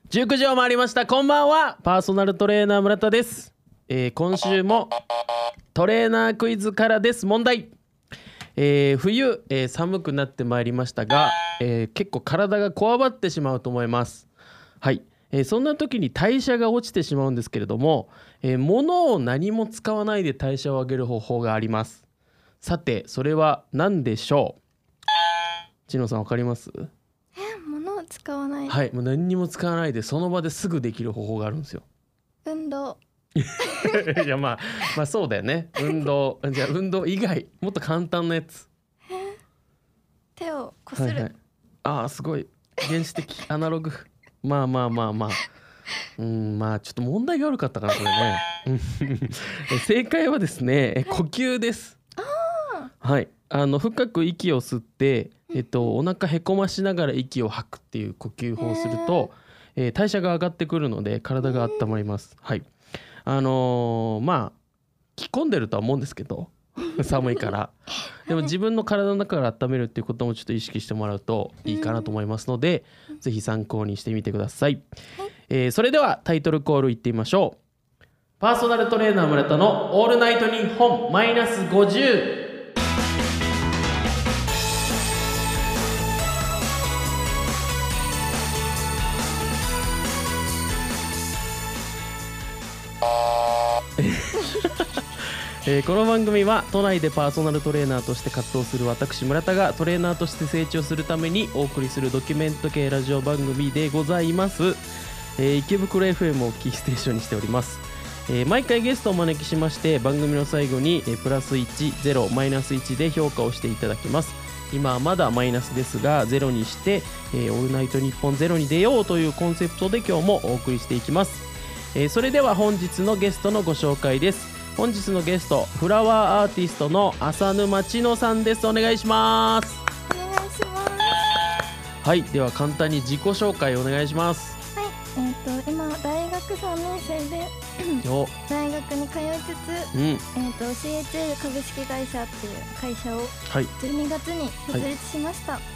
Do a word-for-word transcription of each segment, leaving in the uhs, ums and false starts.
じゅうくじを回りました。こんばんは。パーソナルトレーナー村田です、えー、今週もトレーナークイズからです。問題、えー、冬、えー、寒くなってまいりましたが、えー、結構体がこわばってしまうと思います。はい、えー、そんな時に代謝が落ちてしまうんですけれども、えー、物を何も使わないで代謝を上げる方法があります。さてそれは何でしょう。ちのさんわかります？ え、物を使わない。 はい、もう何にも使わないでその場ですぐできる方法があるんですよ。 運動。 いやまあまあそうだよね。運動じゃあ運動以外もっと簡単なやつ。 手をこする、 はいはい、ああすごい原始的アナログ。まあまあまあまあうんまあちょっと問題が悪かったかなこれね。正解はですね、呼吸です。はい、あの深く息を吸って、えっと、お腹へこましながら息を吐くっていう呼吸法をすると、えー、代謝が上がってくるので体が温まります。はい、あのー、まあ着込んでるとは思うんですけど寒いからでも自分の体の中から温めるっていうこともちょっと意識してもらうといいかなと思いますので、ぜひ参考にしてみてください。えー、それではタイトルコールいってみましょう。パーソナルトレーナー村田のオールナイトニッポンマイナスごじゅう。えー、この番組は都内でパーソナルトレーナーとして活動する私村田がトレーナーとして成長するためにお送りするドキュメント系ラジオ番組でございます。えー、池袋 エフエム をキーステーションにしております。えー、毎回ゲストをお招きしまして番組の最後に、えー、プラスいち、ゼロ、マイナスいちで評価をしていただきます。今はまだマイナスですがゼロにして、えー、オールナイトニッポンゼロに出ようというコンセプトで今日もお送りしていきます。えー、それでは本日のゲストのご紹介です。本日のゲストフラワーアーティストの浅沼千乃さんです。お願いします。 お願いします。 はい、では簡単に自己紹介お願いします。 はい、えっ、ー、と今大学さんねん生で大学に通いつつ、うん、えっ、ー、と シーエイチエル 株式会社っていう会社をじゅうにがつに設立しました。はい、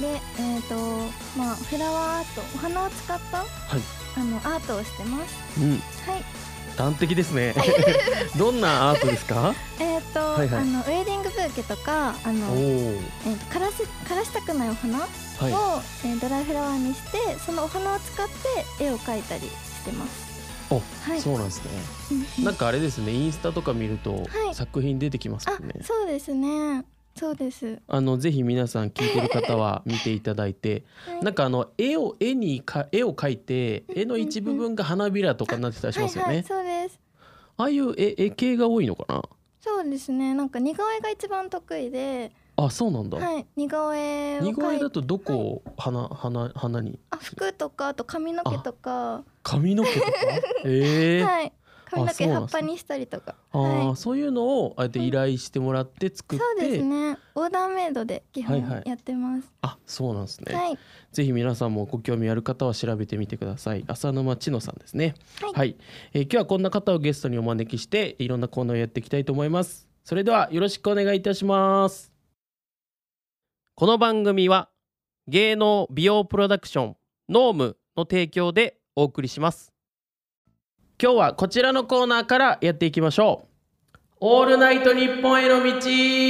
で、えっ、ー、とまあフラワーアート、お花を使った、はい、あのアートをしてます。うん、はい。 端的ですね。どんなアートですか？ えっと、はいはい、あのウェディングブーケとか、あの、えー、と枯らし枯らしたくないお花を、はい、えー、ドライフラワーにして、そのお花を使って絵を描いたりしてます。 お、はい、そうなんですね。なんかあれですね、インスタとか見ると、はい、作品出てきますもんね。 そうですね。そうです。 あのぜひ皆さん聞いてる方は見ていただいて、はい、なんかあの絵を絵にか絵を描いて絵の一部分が花びらとかになってたりしますよね。はいはい、 そうです。 ああいう絵絵系が多いのかな。 そうですね。なんか似顔絵が一番得意で。 あ、そうなんだ。 はい、似顔絵を描いて。 似顔絵だとどこを、はい、花花花に。 あ、服とかあと髪の毛とか。 髪の毛とか。ええー。 はい。髪の毛葉っぱにしたりとか。 あ、はい、あ、そういうのをあえて依頼してもらって作って、 そうですね。オーダーメイドで基本やってます。はいはい、 あ、そうなんですね。 はい、 ぜひ皆さんもご興味ある方は調べてみてください。浅沼千乃さんですね。はい、はい、えー、今日はこんな方をゲストにお招きしていろんなコーナーをやっていきたいと思います。それではよろしくお願いいたします。この番組は芸能美容プロダクションノームの提供でお送りします。今日はこちらのコーナーからやっていきましょう。オールナイトニッポンへの道。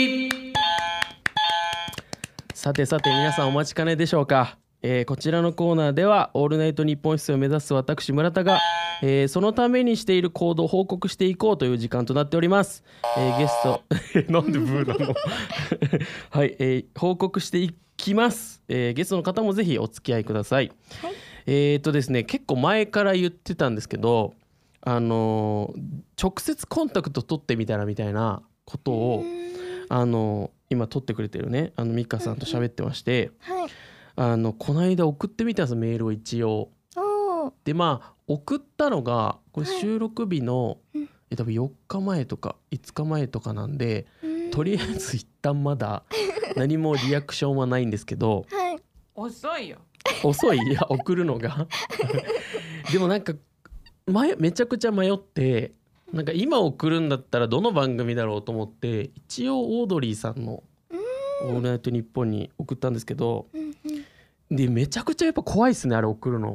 さてさて皆さんお待ちかねでしょうか。えー、こちらのコーナーではオールナイトニッポン室を目指す私村田が、えー、そのためにしている行動を報告していこうという時間となっております。えー、ゲストなんでブーなのはい、えー、報告していきます。えー、ゲストの方もぜひお付き合いください。はい、えーとですね結構前から言ってたんですけど、あのー、直接コンタクト取ってみたらみたいなことを、あのー、今取ってくれてるねあのミカさんと喋ってまして、はい、あのこの間送ってみたんですメールを一応で、まあ送ったのがこれ収録日の、はい、え多分よっかまえとかいつかまえとかなんで、とりあえず一旦まだ何もリアクションはないんですけど、 はい、 遅いよ遅いいや送るのがでもなんか前めちゃくちゃ迷って、なんか今送るんだったらどの番組だろうと思って一応オードリーさんのオールナイトニッポンに送ったんですけど、でめちゃくちゃやっぱ怖いっすねあれ送るの。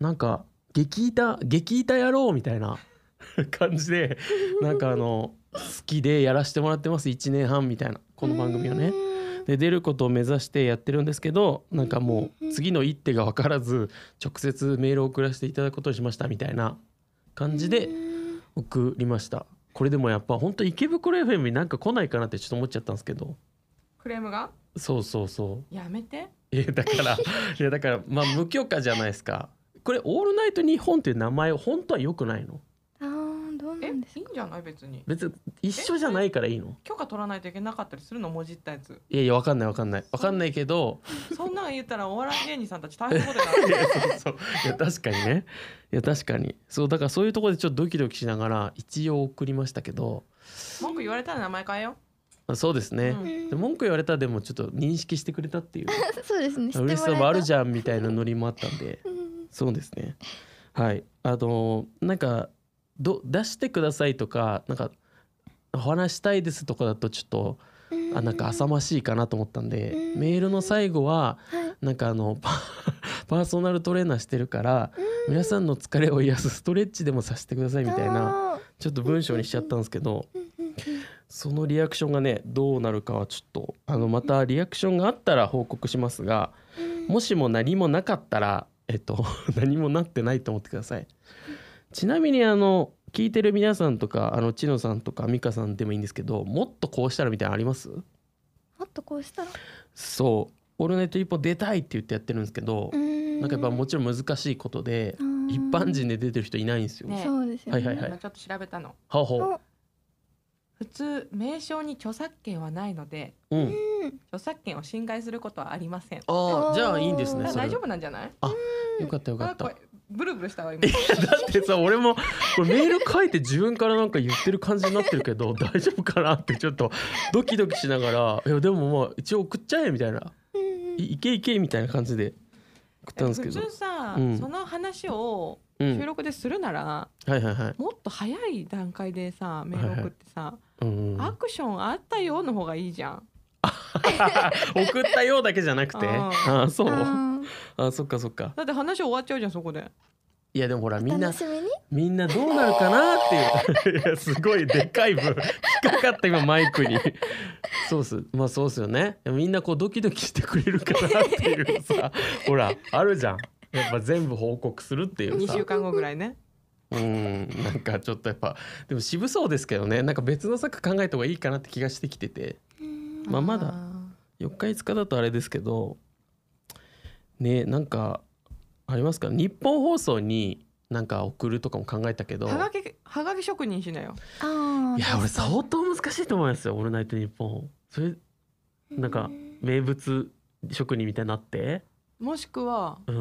なんか激痛激痛やろうみたいな感じでなんかあの好きでやらせてもらってますいちねんはんみたいなこの番組をね。で出ることを目指してやってるんですけど、なんかもう次の一手が分からず直接メールを送らせていただくことにしましたみたいな感じで送りました。これでもやっぱ本当池袋 エフエム になんか来ないかなってちょっと思っちゃったんですけど。 クレームが？ そうそうそう。 やめて。 いやだからいやだからまあ無許可じゃないですか。これオールナイトニッポンっていう名前本当は良くないの？ あーどうなんですか？ えいいんじゃない別に。 別に一緒じゃないからいいの？ 許可取らないといけなかったりするのもじったやつ。 いやいやわかんないわかんないわかんないけどそんなの言ったらお笑い芸人さんたち大変なことになる。 いやそうそういや確かにねいや確かにそうだからそういうところでちょっとドキドキしながら一応送りましたけど。 文句言われたら名前変えよう。そうですね、 うん、 で文句言われたらでもちょっと認識してくれたっていうそうですね、 嬉しさもあるじゃゃんみたいなノリもあったんでそうですね。はいあのなんかど出してくださいとかなんかお話したいですとかだとちょっとあなんか浅ましいかなと思ったんで、メールの最後はなんかあのパパーソナルトレーナーしてるから皆さんの疲れを癒すストレッチでもさせてくださいみたいなちょっと文章にしちゃったんですけど、そのリアクションがねどうなるかはちょっとあのまたリアクションがあったら報告しますが、もしも何もなかったらえっと何もなってないと思ってください。ちなみにあの聞いてる皆さんとかあの千野さんとか美香さんでもいいんですけど、もっとこうしたらみたいなのあります？ もっとこうしたらそうオールナイトニッポン出たいって言ってやってるんですけど、なんかやっぱもちろん難しいことで一般人で出てる人いないんですよ、 ね、 そうですよね、 はいはいはい、 ちょっと調べたの。 はほう普通名称に著作権はないので、 うん、 著作権を侵害することはありません。 ああじゃあいいんですね。それ大丈夫なんじゃない？ あよかったよかった。 ブルブルしたわ今。 だってさ俺もこれメール書いて自分からなんか言ってる感じになってるけど大丈夫かなってちょっとドキドキしながら、いやでもまあ一応送っちゃえみたいな、いけいけみたいな感じで送ったんですけど、 普通さ、 うん、 その話を収録でするなら、 うん、はいはいはい、 もっと早い段階でさメール送ってさ、はいはい、うん、アクションあったよの方がいいじゃん。 送ったようだけじゃなくて、ああそう、あそっかそっか。 だって話終わっちゃうじゃんそこで。 いやでもほらみんなみんなどうなるかなっていういやすごいでかい分引っかかった今マイクにそうっすまあそうっすよね。みんなこうドキドキしてくれるかなっていうさほらあるじゃん、やっぱ全部報告するっていうさにしゅうかんごぐらいね。 うんなんかちょっとやっぱでも渋そうですけどね、なんか別の策考えた方がいいかなって気がしてきてて、まあまだよっかいつかだとあれですけどね、なんかありますか？日本放送になんか送るとかも考えたけど、 はがきはがき職人しなよ。 あいや俺相当難しいと思いますよオールナイトニッポン。それなんか名物職人みたいになってもしくは、うん、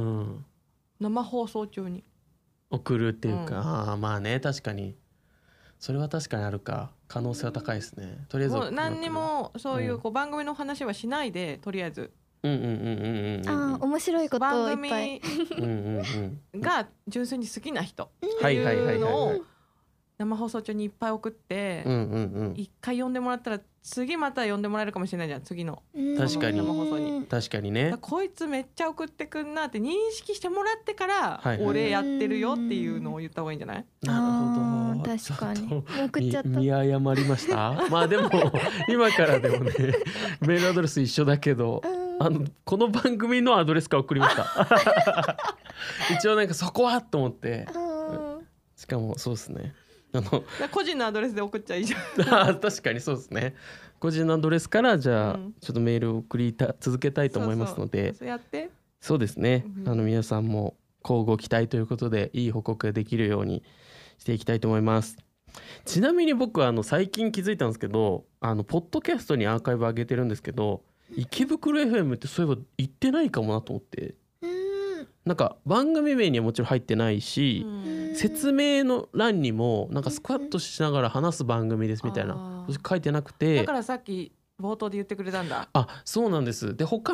生放送中に送るっていうか、うん、あまあね確かにそれは確かにあるか、可能性は高いですね。とりあえずもう何にもそういうこう番組の話はしないで、とりあえずうんうんうんうんうん、 あ面白いことをいっぱい番組が純粋に好きな人っていうのを生放送中にいっぱい送って一回呼んでもらったら次また呼んでもらえるかもしれないじゃん次の確かに生放送に。 確かにね、 こいつめっちゃ送ってくんなって認識してもらってから俺やってるよっていうのを言った方がいいんじゃない？ なるほど、 確かに送っちゃった。 見誤りましたまあでも今からでもねメールアドレス一緒だけどあのこの番組のアドレスから送りました一応なんかそこはと思って、しかもそうですねあの個人のアドレスで送っちゃいいじゃん確かにそうですね、個人のアドレスからじゃあ、うん、ちょっとメールを送りた続けたいと思いますので、 そうそうやってそうですね、うん、あの皆さんも交互期待ということでいい報告ができるようにしていきたいと思います。ちなみに僕はあの最近気づいたんですけど、あのポッドキャストにアーカイブ上げてるんですけど、池袋 エフエム ってそういえば言ってないかもなと思って、なんか番組名にはもちろん入ってないし、説明の欄にもなんかスクワットしながら話す番組ですみたいな書いてなくて、 だからさっき冒頭で言ってくれたんだ。 あそうなんです。で他の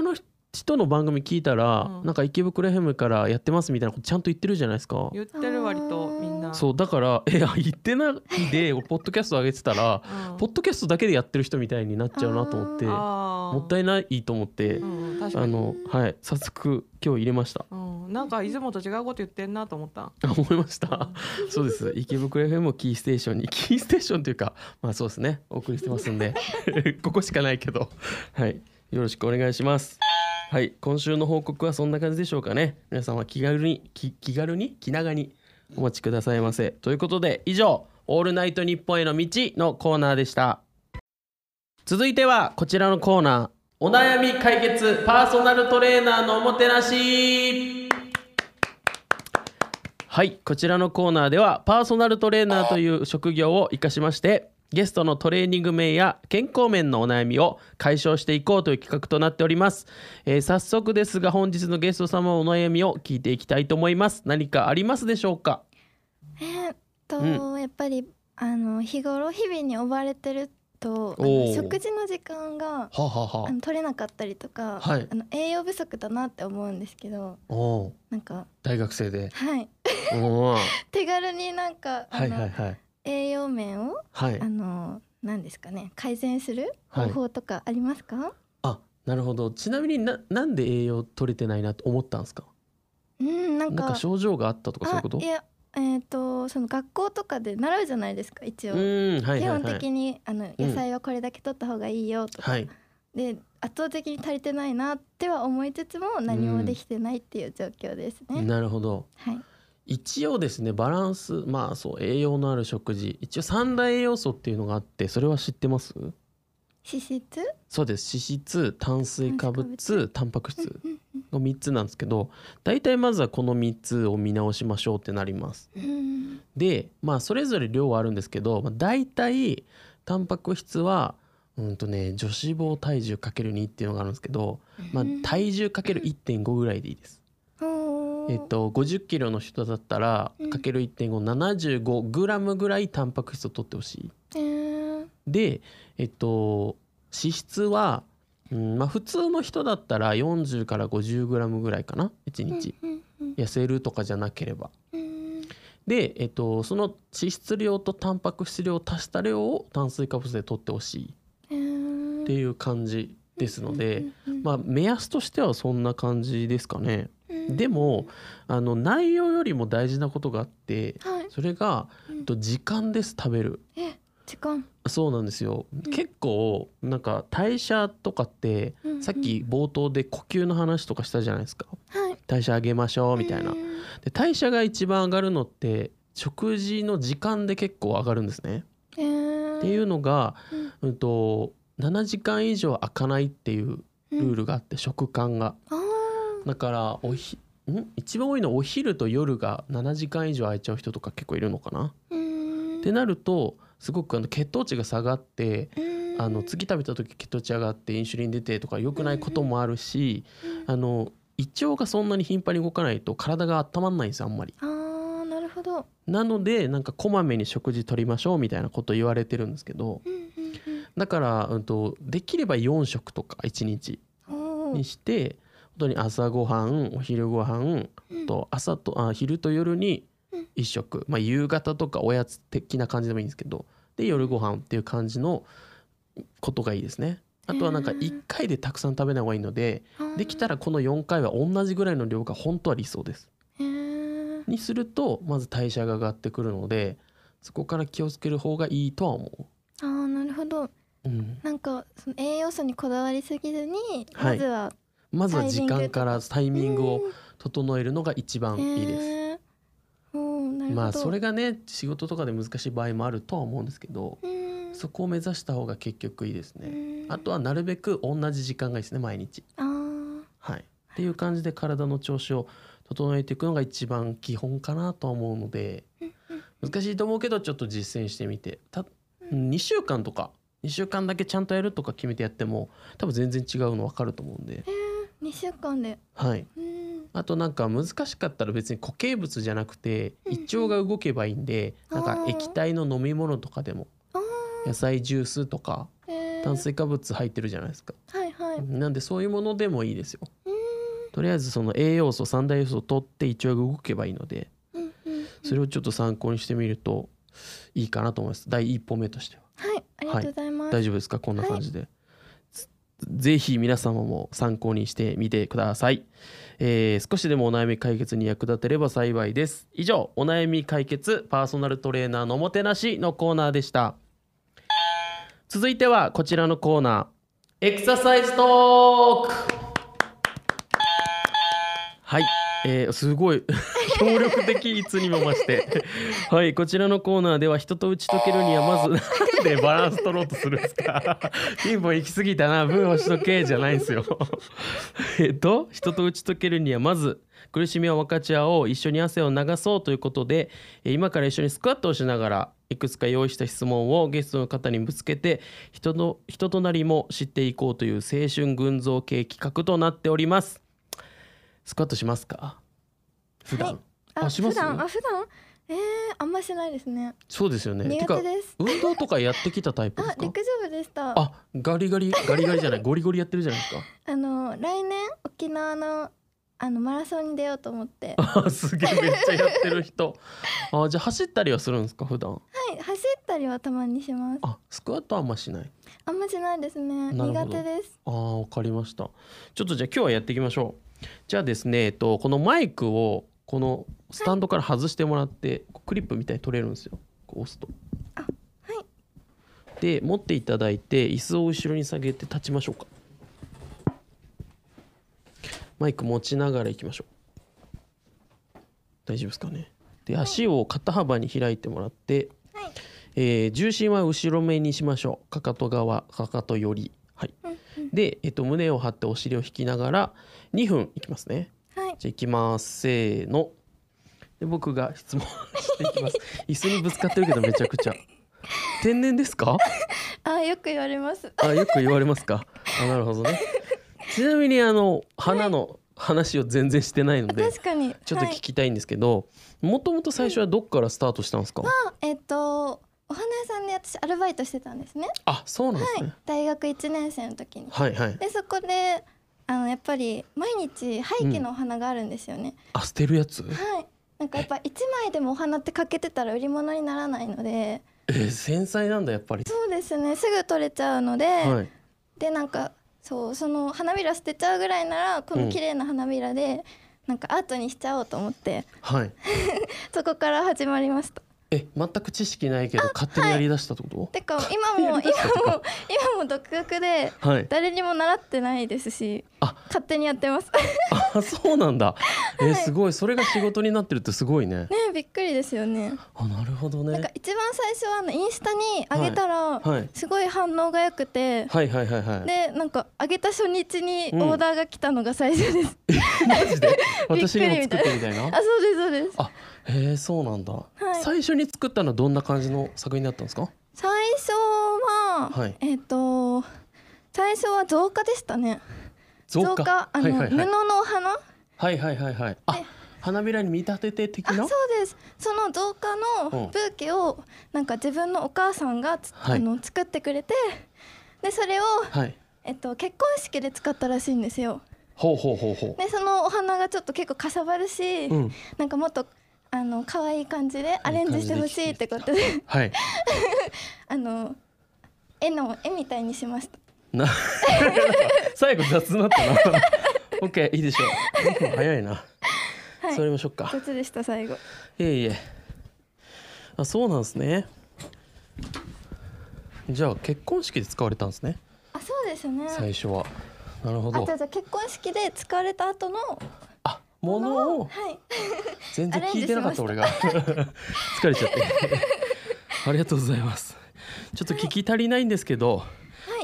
人の番組聞いたら、 うん、 なんか池袋 エフエム からやってますみたいなことちゃんと言ってるじゃないですか。 言ってる割とみんな。 そうだからえ言ってないでポッドキャスト上げてたら、うん、ポッドキャストだけでやってる人みたいになっちゃうなと思ってもったいないと思って、うん、確かにあの、はい、早速今日入れました、 うん、なんかいつもと違うこと言ってんなと思った思いました、うん、そうです池袋 エフエム をキーステーションにキーステーションというかまあそうですねお送りしてますんでここしかないけどはいよろしくお願いします。はい、今週の報告はそんな感じでしょうかね。皆さんは気軽に気気軽に気長にお待ちくださいませ。ということで以上オールナイトニッポンへの道のコーナーでした。続いてはこちらのコーナー、お悩み解決パーソナルトレーナーのおもてなし。はい、こちらのコーナーではパーソナルトレーナーという職業を生かしましてゲストのトレーニング面や健康面のお悩みを解消していこうという企画となっております、えー、早速ですが本日のゲスト様のお悩みを聞いていきたいと思います。何かありますでしょうか？ えー、っと、うん、やっぱりあの日頃日々に追われてると食事の時間がはははあの取れなかったりとか、はい、あの栄養不足だなって思うんですけど、おなんか大学生で、 はいお手軽になんかあの、はいはいはい、栄養面を、はい、あの何ですかね改善する方法とかありますか？はい、 あ、なるほど。ちなみにななんで栄養取れてないなと思ったんですか？ うんなんか、 なんか症状があったとかそういうこと？ いやえー、とその学校とかで習うじゃないですか一応、はいはいはい、基本的にあの野菜はこれだけ取った方がいいよとか、うん、で圧倒的に足りてないなっては思いつつも何もできてないっていう状況ですね、 うん、なるほど、 はい、 一応ですねバランスまあそう栄養のある食事一応三大栄養素っていうのがあってそれは知ってます？ 脂質？ そうです。脂質、炭水化物、タンパク質のみっつなんですけど大体まずはこのみっつを見直しましょうってなります、うん、でまあそれぞれ量はあるんですけど、まあ、大体タンパク質はうんとね女子脂肪体重 かけるに っていうのがあるんですけど、まあ、体重 かけるいってんご ぐらいでいいです、えっと、ごじゅっキロの人だったらかける いってんご、ななじゅうごグラム ぐらいタンパク質を取ってほしい、えー、で、えっと、脂質は、うんまあ、普通の人だったらよんじゅうからごじゅうグラム ぐらいかないちにち、痩せるとかじゃなければ、で、えっと、その脂質量とタンパク質量を足した量を炭水化物で取ってほしいっていう感じですので、まあ、目安としてはそんな感じですかね。でもあの内容よりも大事なことがあって、はい、それが、うん、時間です。食べるえ時間そうなんですよ、うん、結構なんか代謝とかって、うんうん、さっき冒頭で呼吸の話とかしたじゃないですか、はい、代謝上げましょうみたいな、で代謝が一番上がるのって食事の時間で結構上がるんですね、えー、っていうのが、うんうん、とななじかん以上空かないっていうルールがあって、うん、食間がだからおひん一番多いのはお昼と夜がななじかん以上空いちゃう人とか結構いるのかな。うーんってなるとすごくあの血糖値が下がってあの次食べた時血糖値上がってインシュリン出てとか良くないこともあるし、あの胃腸がそんなに頻繁に動かないと体が温まんないんですよあんまり。 あーなるほど。 なのでなんかこまめに食事取りましょうみたいなこと言われてるんですけど、うんうんうん、だから、うん、とできればよん食とかいちにちにして本当に朝ごはんお昼ごはん、うん、と朝とあ昼と夜にいっ食、まあ、夕方とかおやつ的な感じでもいいんですけどで夜ご飯っていう感じのことがいいですね。あとはなんかいっかいでたくさん食べない方がいいのでできたらこのよんかいは同じぐらいの量が本当は理想です。にするとまず代謝が上がってくるのでそこから気をつける方がいいとは思う。 あーなるほど、うん、なんかその栄養素にこだわりすぎずにまずは、はい、 まずは時間からタイミングを整えるのが一番いいです。まあそれがね仕事とかで難しい場合もあるとは思うんですけどそこを目指した方が結局いいですね。あとはなるべく同じ時間がいいですね毎日。あ、はい、っていう感じで体の調子を整えていくのが一番基本かなとは思うので難しいと思うけどちょっと実践してみてたにしゅうかんとかにしゅうかんだけちゃんとやるとか決めてやっても多分全然違うの分かると思うんで、 えー、にしゅうかんで、 はい、あとなんか難しかったら別に固形物じゃなくて胃腸が動けばいいんで、なんか液体の飲み物とかでも野菜ジュースとか炭水化物入ってるじゃないですか、はいはい、なんでそういうものでもいいですよ。 とりあえずその栄養素三大要素を取って胃腸が動けばいいので、それをちょっと参考にしてみるといいかなと思います。第一歩目としては。 はい、ありがとうございます。 はい、大丈夫ですか、こんな感じで。はい、ぜひ皆様も参考にしてみてください。えー、少しでもお悩み解決に役立てれば幸いです。以上、お悩み解決パーソナルトレーナーのおもてなしのコーナーでした。続いてはこちらのコーナー、エクササイズトーク。はい、えー、すごい協力的いつにも増してはい、こちらのコーナーでは人と打ち解けるにはまずなんでバランス取ろうとするんですかピンポン行き過ぎたな、ブー押しとけじゃないんですよえっと人と打ち解けるにはまず苦しみを分かち合おう、一緒に汗を流そうということで、今から一緒にスクワットをしながらいくつか用意した質問をゲストの方にぶつけて人の人となりも知っていこうという青春群像系企画となっております。スクワットしますか普段？はい、 あ、あします？普段、あ、普段えー、あんましないですね。 そうですよね。 苦手です。 運動とかやってきたタイプですか？ あ、陸上部でした。 あ、ガリガリガリガリじゃないゴリゴリやってるじゃないですか。 あの来年沖縄のあのマラソンに出ようと思って。 あ、すげえめっちゃやってる人あ、じゃあ走ったりはするんですか普段？ はい、走ったりはたまにします。 あ、スクワットはあんましない？ あんましないですね。苦手です。 ああ、わかりました。ちょっとじゃあ今日はやっていきましょう。じゃあですね、えっと、このマイクをこのスタンドから外してもらって、はい、クリップみたいに取れるんですよ。こう押すと。 あ、はい。 で持っていただいて椅子を後ろに下げて立ちましょうか。マイク持ちながらいきましょう。大丈夫ですかね。で、はい、足を肩幅に開いてもらって、はい、えー、重心は後ろ目にしましょう。かかと側、かかと寄り。はい。うんうん、で、えっと、胸を張ってお尻を引きながらにふんいきますね。はい、じゃあいきます。せーの。で、僕が質問していきます。椅子にぶつかってるけどめちゃくちゃ。天然ですか？ あ、よく言われます。 あ、よく言われますか。あ、なるほどね。ちなみにあの花の話を全然してないので、 確かにちょっと聞きたいんですけど、もともと最初はどっからスタートしたんですか？ まあ、えっとお花屋さんで私アルバイトしてたんですね。 あ、そうなんですね。 はい、大学いちねん生の時に。 はいはい。 でそこであのやっぱり毎日廃棄のお花があるんですよね。 うん、あ、捨てるやつ？ はい。なんかやっぱいちまいでもお花って欠けてたら売り物にならないので。 えー、繊細なんだやっぱり。 そうですね。すぐ取れちゃうので、はい、でなんかそうその花びら捨てちゃうぐらいならこの綺麗な花びらで、うん、なんかアートにしちゃおうと思って、はい、そこから始まりました。 え、全く知識ないけど勝手にやりだしたってこと？はい、 てか今も今も今も独学で誰にも習ってないですし、はい、勝手にやってます。 あ、そうなんだ。えー、すごい。それが仕事になってるってすごいね。 ね、びっくりですよね。 あ、なるほどね。 なんか一番最初はあのインスタに上げたらすごい反応が良くて、 はいはいはいはい。 でなんか上げた初日にオーダーが来たのが最初です。 うん、マジで？私にも作ってみたいな。 あ、そうですそうです。 あ、へえ、そうなんだ。はい、最初に作ったのはどんな感じの作品だったんですか？ 最初は、はい、えっと最初は造花でしたね。造花、あの、はいはいはい、布のお花。はいはいはいはい。 あ、花びらに見立てて的な？ あ、そうです。その造花のブーケをなんか自分のお母さんが、はい、あの作ってくれて、でそれを、はい、えっと結婚式で使ったらしいんですよ。 ほうほうほうほう。 でそのお花がちょっと結構かさばるし、うん、なんかもっとあの可愛い感じでアレンジしてほしいってことで、はい、あの絵の絵みたいにしました。な最後雑になったな。オッケー、いいでしょう。早いな。はい、座りましょうか。 雑でした最後。いえいえ。あ、そうなんですね。じゃあ結婚式で使われたんですね。 あ、そうですね。 最初は。なるほど。 あ、じゃあ結婚式で使われた後の。 あ、ものを。はい。全然聞いてなかった俺が。疲れちゃって。ありがとうございます。ちょっと聞き足りないんですけど、はい、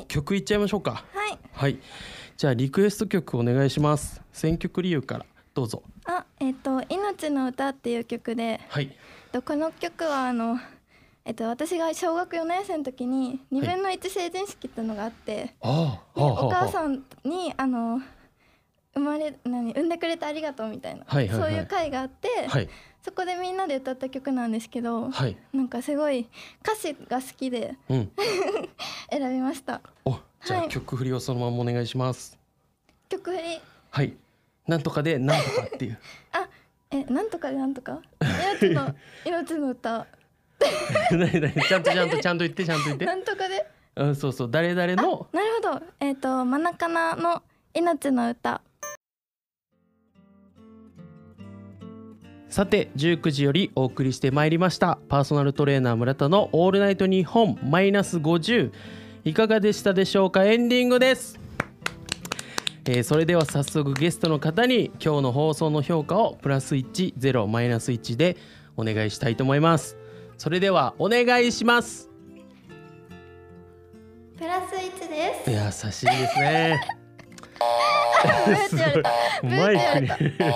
曲いっちゃいましょうか。はい。はい。じゃあリクエスト曲お願いします。選曲理由からどうぞ。 あ、えっと命の歌っていう曲で、はい。この曲はあのえっと私が小学よねん生の時ににぶんのいち成人式っていうのがあって、はい、でお母さんにあの生まれ何産んでくれてありがとうみたいな、はいはいはい、そういう会があって、はい、そこでみんなで歌った曲なんですけど、はい、なんかすごい歌詞が好きで、うん、選びました。 お、じゃあ曲振りをそのままお願いします。 曲振り、 はい、 なんとかでなんとかっていうあえなんとかでなんとか命の命の歌何何ちゃんとちゃんとちゃんと言ってちゃんと言ってなんとかでうん、そうそう誰々のなるほどえっ、ー、とマナカナの命の歌。 さてじゅうくじよりお送りしてまいりましたパーソナルトレーナー村田のオールナイトニッポンマイナスごじゅういかがでしたでしょうか。エンディングです、えー、それでは早速ゲストの方に今日の放送の評価をプラスいち、ゼロ、マイナスいちでお願いしたいと思います。それではお願いします。 プラスいちです。 優しいですねマイクに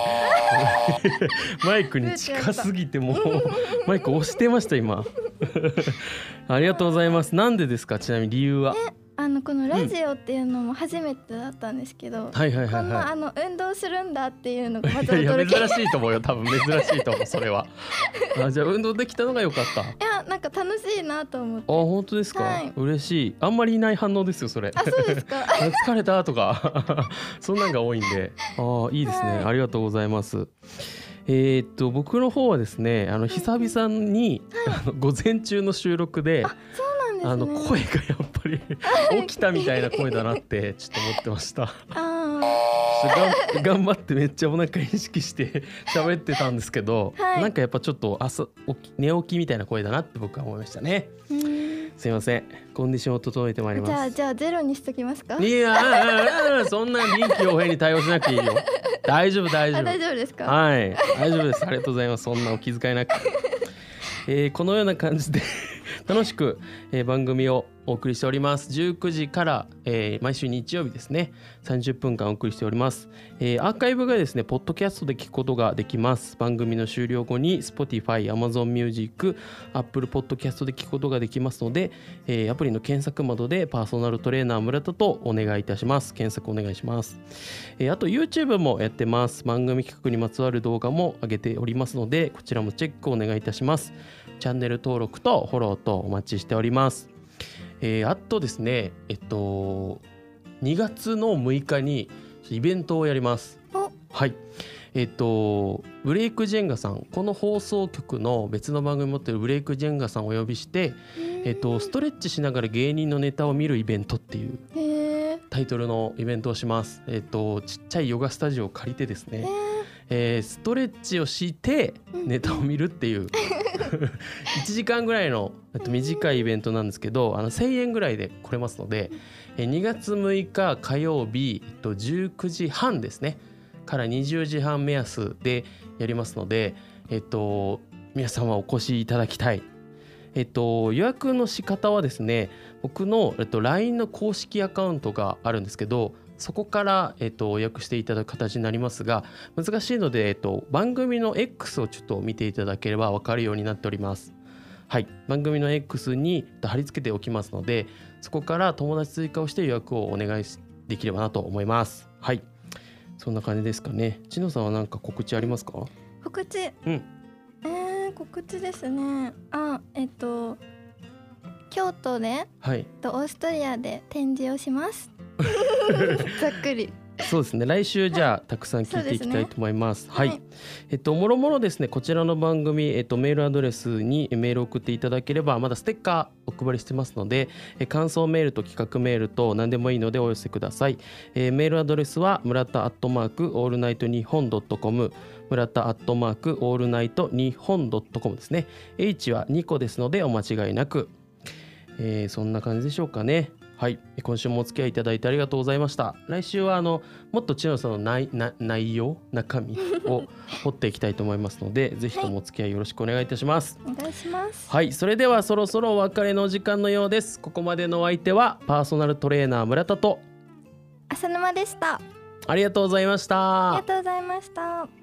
マイクに近すぎてもうマイク押してました今ありがとうございます。なんでですか、ちなみに理由は。 あのこのラジオっていうのも初めてだったんですけど、うん、はいはいはいはい、こんなあの運動するんだっていうのがまず驚き。いや珍しいと思うよ、多分珍しいと思うそれはあ、じゃあ運動できたのが良かった。いやなんか楽しいなと思って。 あ、本当ですか、はい、嬉しい。あんまりいない反応ですよそれ。 あ、そうですか疲れたとかそんなんが多いんで、あ、いいですね、はい、ありがとうございます。えー、っと僕の方はですね、あの久々に、はい、あの午前中の収録で、 あ、そうなんですね、 あの声がやっぱり起きたみたいな声だなってちょっと思ってましたあが頑張ってめっちゃお腹意識して喋ってたんですけど、はい、なんかやっぱちょっと朝起き寝起きみたいな声だなって僕は思いましたね。すいません、コンディションを整えてまいります。 じゃあじゃあゼロにしときますか。 いやそんな臨機応変に対応しなくていいよ大丈夫大丈夫。 大丈夫ですか。 はい大丈夫です。ありがとうございます。そんなお気遣いなく、えー、このような感じで楽しく、えー、番組をお送りしております。じゅうくじから、えー、毎週日曜日ですねさんじゅっぷんかんお送りしております、えー、アーカイブがですねポッドキャストで聞くことができます。番組の終了後に Spotify、Amazon Music、Apple Podcast で聞くことができますので、えー、アプリの検索窓でパーソナルトレーナー村田とお願いいたします。検索お願いします、えー、あと YouTube もやってます。番組企画にまつわる動画も上げておりますのでこちらもチェックお願いいたします。チャンネル登録とフォローとお待ちしております。えー、あとですね、えっとにがつのむいかにイベントをやります。はい、えっとブレイクジェンガさん、この放送局の別の番組持ってるブレイクジェンガさんをお呼びして、えっとストレッチしながら芸人のネタを見るイベントっていうタイトルのイベントをします。えっとちっちゃいヨガスタジオを借りてですね、えー、ストレッチをしてネタを見るっていういちじかんぐらいの短いイベントなんですけど、あのせんえんぐらいで来れますので、にがつむいか火曜日じゅうくじはんですねからにじゅうじはん目安でやりますので、えっと皆様お越しいただきたい。えっと予約の仕方はですね、僕の、えっと、ライン の公式アカウントがあるんですけど、そこから、えっと、予約していただく形になりますが、難しいので、えっと、番組の X をちょっと見ていただければ分かるようになっております。はい、番組の X に貼り付けておきますので、そこから友達追加をして予約をお願いできればなと思います。はい、そんな感じですかね。ちのさんは何か告知ありますか？ 告知、うん、えー、告知ですね。あ、えっと京都で、はい、とオーストリアで展示をしますざっくりそうですね。来週じゃあたくさん聞いていきたいと思います。はい、はい、えっともろもろですね、こちらの番組、えっと、メールアドレスにメールを送っていただければまだステッカーお配りしてますので、え感想メールと企画メールと何でもいいのでお寄せください。えー、メールアドレスは村田アットマークオールナイトニッポンドットコム、村田アットマークオールナイトニッポンドットコムですね。 H はにこですのでお間違いなく。えー、そんな感じでしょうかね。はい、今週もお付き合いいただいてありがとうございました。来週はあのもっと千野さんの内、な内容中身を掘っていきたいと思いますのでぜひともお付き合いよろしくお願いいたします。はい、お願いします。はい、それではそろそろお別れの時間のようです。ここまでのお相手はパーソナルトレーナー村田と浅沼でした。 ありがとうございました。 ありがとうございました。